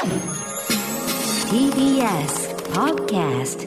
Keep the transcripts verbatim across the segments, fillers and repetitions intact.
ティービーエス Podcast。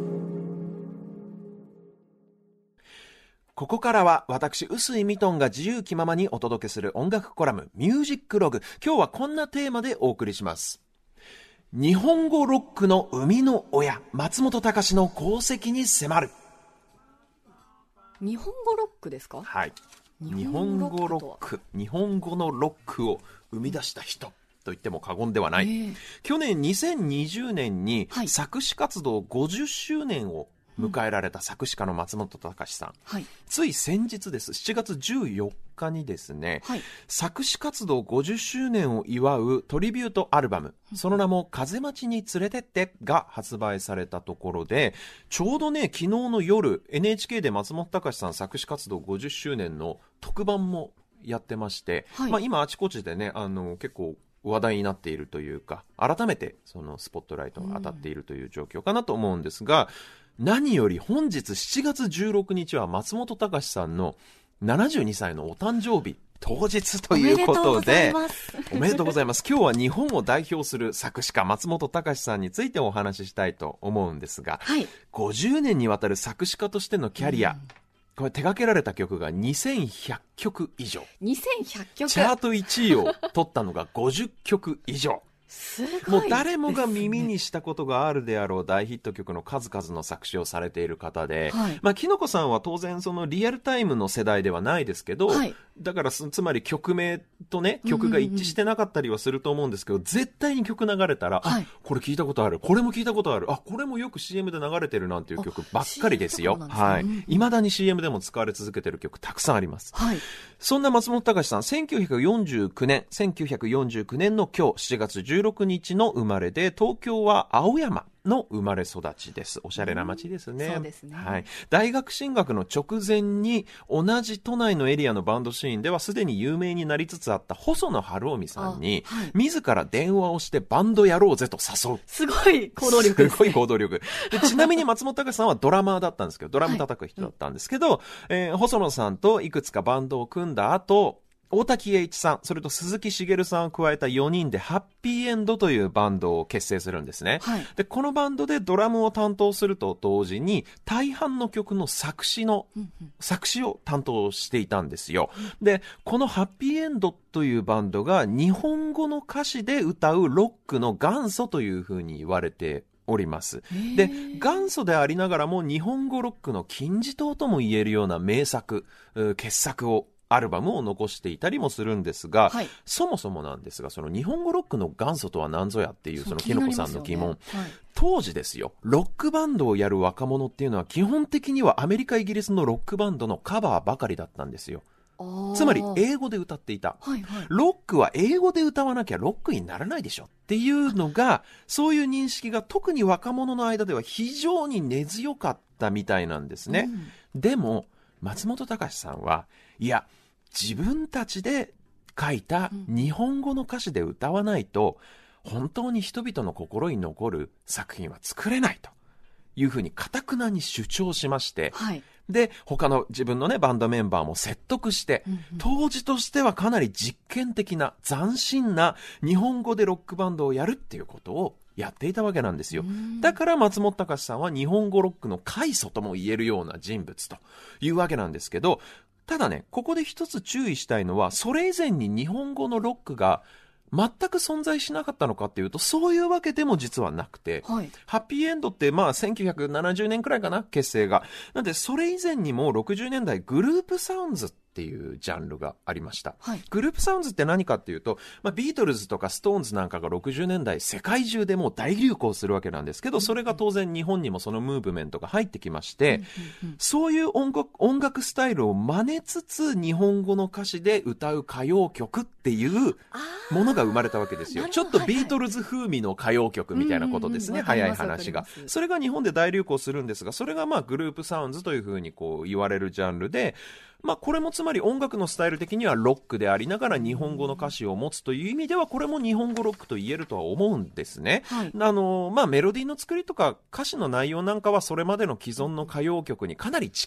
ここからは私臼井ミトンが自由気ままにお届けする音楽コラムミュージックログ。今日はこんなテーマでお送りします。日本語ロックの生みの親、松本隆の功績に迫る。 日本語ロックですか？ はい。日日本本語ロック、日本語のロックを生み出した人と言っても過言ではない。 えー、 去年にせんにじゅうねんにはい作詞活動ごじゅっしゅうねんを迎えられた作詞家の松本隆さん、 はい、 つい先日です。しちがつじゅうよっかにですね、 はい、 作詞活動ごじゅっしゅうねんを祝うトリビュートアルバム、その名も風待ちに連れてってが発売されたところで、ちょうどね昨日の夜 エヌエイチケー で松本隆さん作詞活動ごじゅっしゅうねんの特番もやってまして、 はい、 まあ、今あちこちでねあの結構話題になっているというか、改めてそのスポットライトが当たっているという状況かなと思うんですが、うん、何より本日しちがつじゅうろくにちは松本隆さんのななじゅうにさいのお誕生日当日ということで、おめでとうございます。今日は日本を代表する作詞家松本隆さんについてお話ししたいと思うんですが、 はい、 ごじゅうねんにわたる作詞家としてのキャリア、うん、これ手掛けられた曲がにせんひゃっきょく以上、 にせんひゃっきょく、 チャートいちいを取ったのがごじゅっきょく以上。 すごいですね。 もう誰もが耳にしたことがあるであろう大ヒット曲の数々の作詞をされている方で、はい、まあ、きのこさんは当然そのリアルタイムの世代ではないですけど、はい、だからつまり曲名とね曲が一致してなかったりはすると思うんですけど、うんうんうん、絶対に曲流れたら、はい、あ、これ聞いたことある、これも聞いたことある、あ、これもよく シーエム で流れてるなんていう曲ばっかりですよ。はい、未だに シーエム でも使われ続けてる曲たくさんあります。はい、そんな松本隆さん、せんきゅうひゃくよんじゅうきゅうねんせんきゅうひゃくよんじゅうきゅうねんの今日しちがつじゅうろくにちの生まれで、東京は青山の生まれ育ちです。おしゃれな街ですね。 そうですね。 はい。大学進学の直前に同じ都内のエリアのバンドシーンではすでに有名になりつつあった細野晴臣さんに、はい、自ら電話をしてバンドやろうぜと誘う。 すごい行動力ですね。 すごい行動力で、ちなみに松本隆さんはドラマーだったんですけど、ドラム叩く人だったんですけど、はい、えー、細野さんといくつかバンドを組んだ後、大滝栄一さん、それと鈴木茂さんを加えたよにんでハッピーエンドというバンドを結成するんですね。はい、で、このバンドでドラムを担当すると同時に大半の曲の作詞の、うんうん、作詞を担当していたんですよ。で、このハッピーエンドというバンドが日本語の歌詞で歌うロックの元祖というふうに言われております。で、元祖でありながらも日本語ロックの金字塔とも言えるような名作、傑作をアルバムを残していたりもするんですが、はい、そもそもなんですが、その日本語ロックの元祖とは何ぞやっていうそのきのこさんの疑問、ね、はい、当時ですよ、ロックバンドをやる若者っていうのは基本的にはアメリカイギリスのロックバンドのカバーばかりだったんですよ。つまり英語で歌っていた、はいはい、ロックは英語で歌わなきゃロックにならないでしょっていうのが、そういう認識が特に若者の間では非常に根強かったみたいなんですね。うん、でも松本隆さんはいや、自分たちで書いた日本語の歌詞で歌わないと本当に人々の心に残る作品は作れないというふうに堅くなに主張しまして、はい、で他の自分のねバンドメンバーも説得して、うんうん、当時としてはかなり実験的な斬新な日本語でロックバンドをやるっていうことをやっていたわけなんですよ。だから松本隆さんは日本語ロックの開祖とも言えるような人物というわけなんですけど、ただね、ここで一つ注意したいのは、それ以前に日本語のロックが全く存在しなかったのかっていうと、そういうわけでも実はなくて、はい、ハッピーエンドってまあせんきゅうひゃくななじゅうねんくらいかな、結成が。なんでそれ以前にもろくじゅうねんだいグループサウンズっていうジャンルがありました。はい、グループサウンズって何かっていうと、まあ、ビートルズとかストーンズなんかがろくじゅうねんだい世界中でもう大流行するわけなんですけど、それが当然日本にもそのムーブメントが入ってきまして、うんうんうん、そういう音楽、音楽スタイルを真似つつ日本語の歌詞で歌う歌謡曲っていうものが生まれたわけですよ。ちょっとビートルズ風味の歌謡曲みたいなことですね、はいはい、早い話が。それが日本で大流行するんですが、それがまあグループサウンズというふうにこう言われるジャンルで、まあ、これもつまり音楽のスタイル的にはロックでありながら日本語の歌詞を持つという意味では、これも日本語ロックと言えるとは思うんですね。はい、あのまあ、メロディーの作りとか歌詞の内容なんかはそれまでの既存の歌謡曲にかなり近い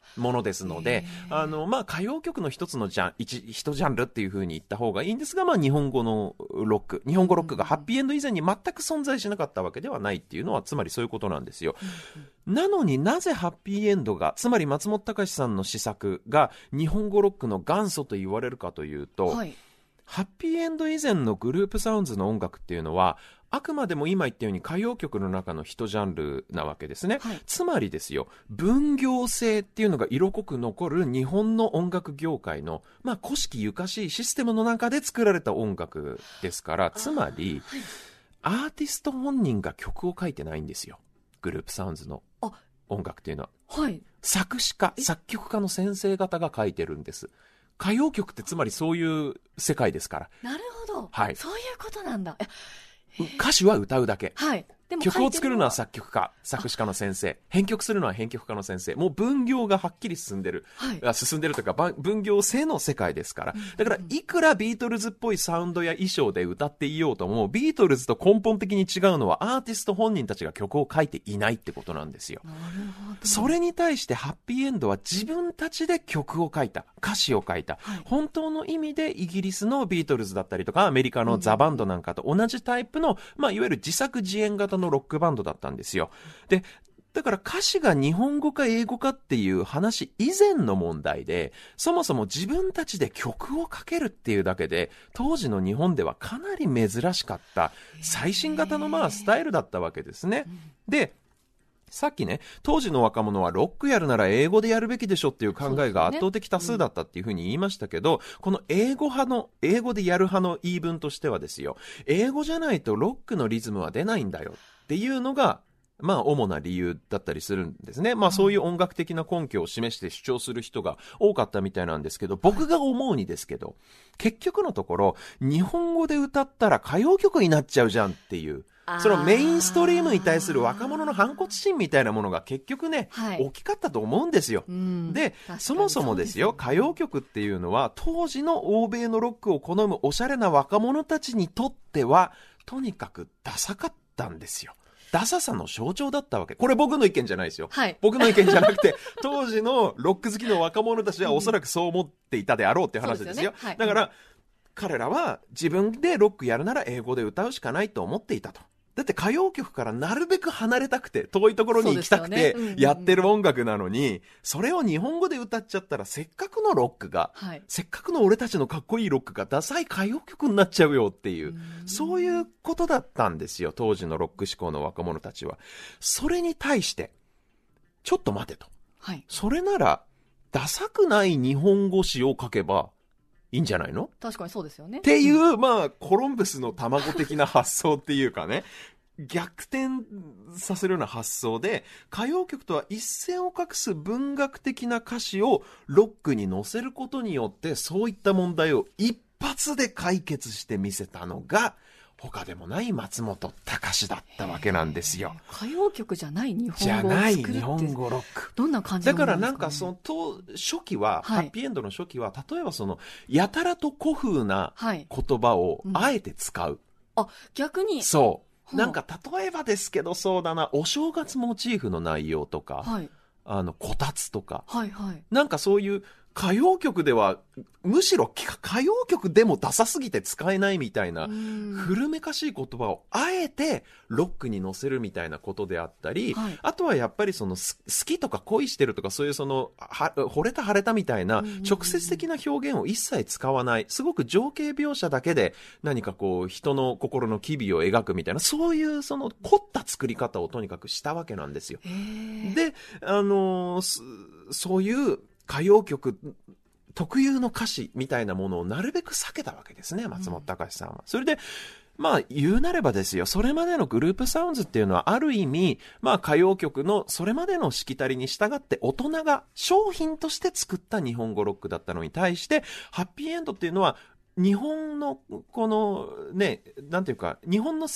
ものですので、あの、まあ、歌謡曲の一つのジャン、一、一ジャンルっていう風に言った方がいいんですが、まあ、日本語のロック、日本語ロックがハッピーエンド以前に全く存在しなかったわけではないっていうのは、つまりそういうことなんですよ。なのになぜハッピーエンドが、つまり松本隆さんの詩作が日本語ロックの元祖と言われるかというと、 はい、 ハッピーエンド以前のグループサウンズの音楽っていうのは、あくまでも今言ったように歌謡曲の中の一ジャンルなわけですね、はい、つまりですよ、分業制っていうのが色濃く残る日本の音楽業界の、まあ、古式ゆかしいシステムの中で作られた音楽ですから、つまり、はい、アーティスト本人が曲を書いてないんですよ、グループサウンズの音楽っていうのは、 はい、 作詞家、作曲家の先生方が書いてるんです。歌謡曲ってつまりそういう世界ですから。 なるほど、 はい、 そういうことなんだ。 歌詞は歌うだけ、 はい、でも曲を作るのは作曲家、作詞家の先生、編曲するのは編曲家の先生、もう分業がはっきり進んでる、はい、進んでるというか分業制の世界ですから、だからいくらビートルズっぽいサウンドや衣装で歌っていようとも、ビートルズと根本的に違うのはアーティスト本人たちが曲を書いていないってことなんですよ。 なるほど。 それに対してハッピーエンドは自分たちで曲を書いた、歌詞を書いた、はい、本当の意味でイギリスのビートルズだったりとかアメリカのザ・バンドなんかと同じタイプの、まあ、いわゆる自作自演型のロックバンドだったんですよ。で、だから歌詞が日本語か英語かっていう話以前の問題で、そもそも自分たちで曲を書けるっていうだけで、当時の日本ではかなり珍しかった最新型のまあスタイルだったわけですね。で、さっきね、当時の若者はロックやるなら英語でやるべきでしょっていう考えが圧倒的多数だったっていうふうに言いましたけど、この英語派の、英語でやる派の言い分としてはですよ、英語じゃないとロックのリズムは出ないんだよっていうのが、まあ主な理由だったりするんですね。まあそういう音楽的な根拠を示して主張する人が多かったみたいなんですけど、僕が思うにですけど、結局のところ、日本語で歌ったら歌謡曲になっちゃうじゃんっていう、そのメインストリームに対する若者の反骨心みたいなものが結局ね、はい、大きかったと思うんですよ。で、そもそもですよ、歌謡曲っていうのは当時の欧米のロックを好むおしゃれな若者たちにとってはとにかくダサかったんですよ。ダサさの象徴だったわけ。これ僕の意見じゃないですよ。はい、僕の意見じゃなくて、当時のロック好きの若者たちはおそらくそう思っていたであろうっていう話ですよ。ですよね、はい、だから、彼らは自分でロックやるなら英語で歌うしかないと思っていたと。だって歌謡曲からなるべく離れたくて、遠いところに行きたくてやってる音楽なのに、それを日本語で歌っちゃったらせっかくのロックが、はい、せっかくの俺たちのかっこいいロックがダサい歌謡曲になっちゃうよっていう、うそういうことだったんですよ、当時のロック志向の若者たちは。それに対して、ちょっと待てと。はい、それなら、ダサくない日本語詞を書けば、いいんじゃないの？ 確かにそうですよね。 っていう、まあ、コロンブスの卵的な発想っていうかね、逆転させるような発想で、歌謡曲とは一線を画す文学的な歌詞をロックに乗せることによって、そういった問題を一発で解決してみせたのが、他でもない松本隆だったわけなんですよ。 歌謡曲じゃない日本語を作るって。 じゃない日本語ロック。 どんな感じなんですかね。 だからなんかそのと初期は、はい、ハッピーエンドの初期は、例えばそのやたらと古風な言葉をあえて使う。はいうん、 あ、逆に。 そう。なんか例えばですけどそうだな、お正月モチーフの内容とか、はい、あのこたつとか、はいはい、なんかそういう歌謡曲ではむしろ歌謡曲でもダサすぎて使えないみたいな古めかしい言葉をあえてロックに乗せるみたいなことであったり、はい、あとはやっぱりその好きとか恋してるとかそういうそのは惚れた腫れたみたいな直接的な表現を一切使わない、すごく情景描写だけで何かこう人の心の機微を描くみたいな、そういうその凝った作り方をとにかくしたわけなんですよ。で、あのー、そういう歌謡曲特有の歌詞みたいなものをなるべく避けたわけですね、松本隆さんは。うん、それで、まあ言うなればですよ、それまでのグループサウンズっていうのはある意味、まあ歌謡曲のそれまでのしきたりに従って大人が商品として作った日本語ロックだったのに対して、ハッピーエンドっていうのは日本のこのね、なんていうか、日本の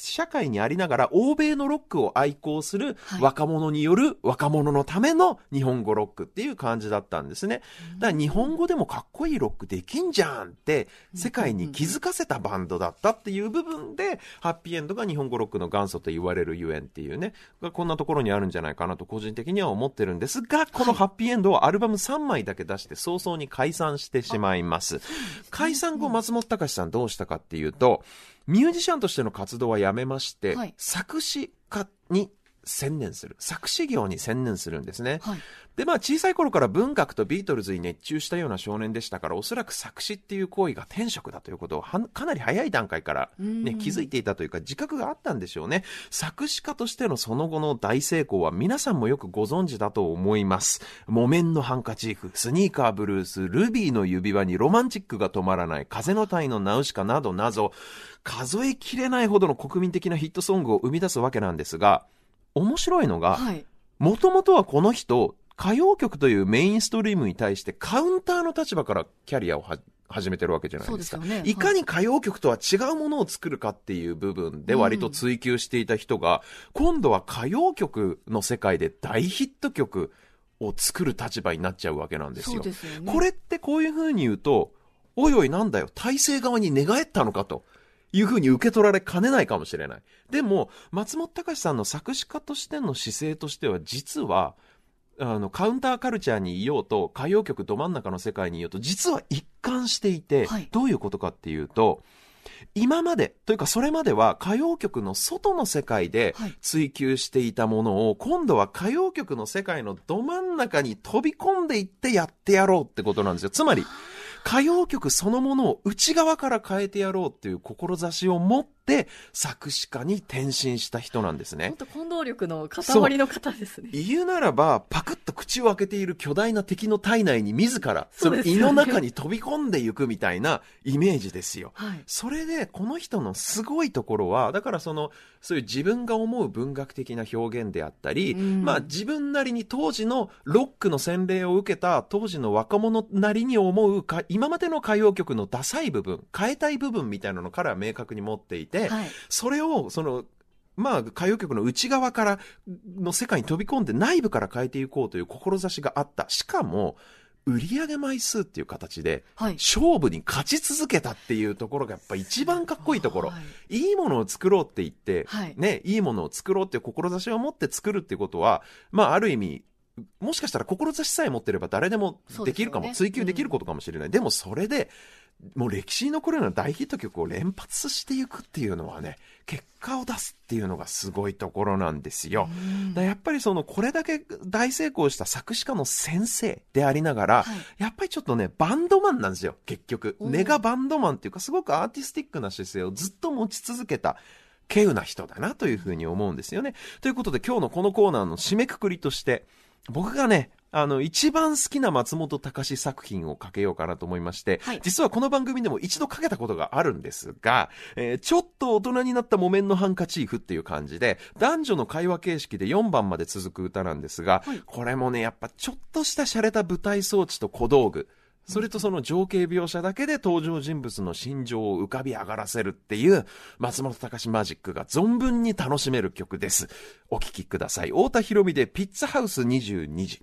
社会にありながら欧米のロックを愛好する若者による若者のための日本語ロックっていう感じだったんですね。だから日本語でもかっこいいロックできんじゃんって世界に気づかせたバンドだったっていう部分で、ハッピーエンドが日本語ロックの元祖と言われるゆえんっていうね、こんなところにあるんじゃないかなと個人的には思ってるんですが、このハッピーエンドはアルバムさんまいだけ出して早々に解散してしまいます。解散後松本隆さんどうしたかっていうと、ミュージシャンとしての活動はやめまして、はい、作詞家に専念する、作詞業に専念するんですね、はい。でまあ小さい頃から文学とビートルズに熱中したような少年でしたから、おそらく作詞っていう行為が天職だということをはかなり早い段階から、ね、気づいていたというか自覚があったんでしょうね。作詞家としてのその後の大成功は皆さんもよくご存知だと思います。木綿のハンカチーフ、スニーカーブルース、ルビーの指輪にロマンチックが止まらない、風の谷のナウシカなどなど数えきれないほどの国民的なヒットソングを生み出すわけなんですが、面白いのが、もともとはこの人歌謡曲というメインストリームに対してカウンターの立場からキャリアをは始めてるわけじゃないですか。そうですよね。いかに歌謡曲とは違うものを作るかっていう部分で割と追求していた人が、うん、今度は歌謡曲の世界で大ヒット曲を作る立場になっちゃうわけなんですよ。そうですよね。これってこういう風に言うと、おいおいなんだよ、体制側に寝返ったのかという風に受け取られかねないかもしれない。でも松本隆さんの作詞家としての姿勢としては、実はあのカウンターカルチャーにいようと歌謡曲ど真ん中の世界にいようと実は一貫していて、はい、どういうことかっていうと、今までというかそれまでは歌謡曲の外の世界で追求していたものを、はい、今度は歌謡曲の世界のど真ん中に飛び込んでいってやってやろうってことなんですよ。つまり歌謡曲そのものを内側から変えてやろうっていう志を持って作詞家に転身した人なんですね。 本当行動力の塊の方ですね。 言うならばパクッと口を開けている巨大な敵の体内に自らその胃の中に飛び込んでいくみたいなイメージですよ、はい、それでこの人のすごいところは、だからそのそういう自分が思う文学的な表現であったり、うん、まあ自分なりに当時のロックの洗礼を受けた当時の若者なりに思うか今までの歌謡曲のダサい部分、変えたい部分みたいなのから明確に持っていて、はい、それをそのまあ歌謡曲の内側からの世界に飛び込んで内部から変えていこうという志があった。しかも売上枚数っていう形で勝負に勝ち続けたっていうところがやっぱ一番かっこいいところ、はい、いいものを作ろうって言って、はい、ね、いいものを作ろうっていう志を持って作るっていうことは、まあある意味もしかしたら志さえ持ってれば誰でもできるかも、ね、追求できることかもしれない、うん、でもそれでもう歴史に残るような大ヒット曲を連発していくっていうのはね、結果を出すっていうのがすごいところなんですよ。だからやっぱりそのこれだけ大成功した作詞家の先生でありながら、はい、やっぱりちょっとねバンドマンなんですよ。結局根がバンドマンっていうか、すごくアーティスティックな姿勢をずっと持ち続けた稀有な人だなというふうに思うんですよね。ということで今日のこのコーナーの締めくくりとして、僕がねあの一番好きな松本隆作品をかけようかなと思いまして、はい、実はこの番組でも一度かけたことがあるんですが、えー、ちょっと大人になった木綿のハンカチーフっていう感じで男女の会話形式でよんばんまで続く歌なんですが、はい、これもねやっぱちょっとした洒落た舞台装置と小道具、それとその情景描写だけで登場人物の心情を浮かび上がらせるっていう松本隆マジックが存分に楽しめる曲です。お聴きください。太田裕美でピッツァハウスにじゅうにじ。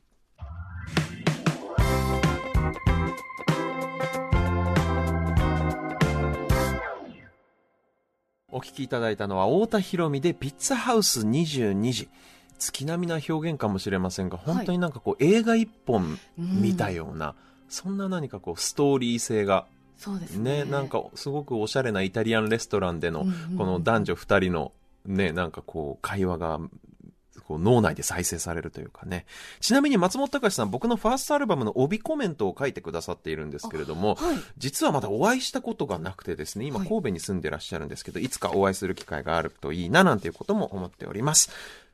お聴きいただいたのは太田裕美でピッツァハウスにじゅうにじ。月並みな表現かもしれませんが、本当になんかこう映画一本見たような、はい、そんな何かこうストーリー性がそうですね、 ね、なんかすごくおしゃれなイタリアンレストランでのこの男女二人のね、なんかこう会話がこう脳内で再生されるというかね。ちなみに松本隆さん、僕のファーストアルバムの帯コメントを書いてくださっているんですけれども、はい、実はまだお会いしたことがなくてですね、今神戸に住んでらっしゃるんですけど、はい、いつかお会いする機会があるといいななんていうことも思っております。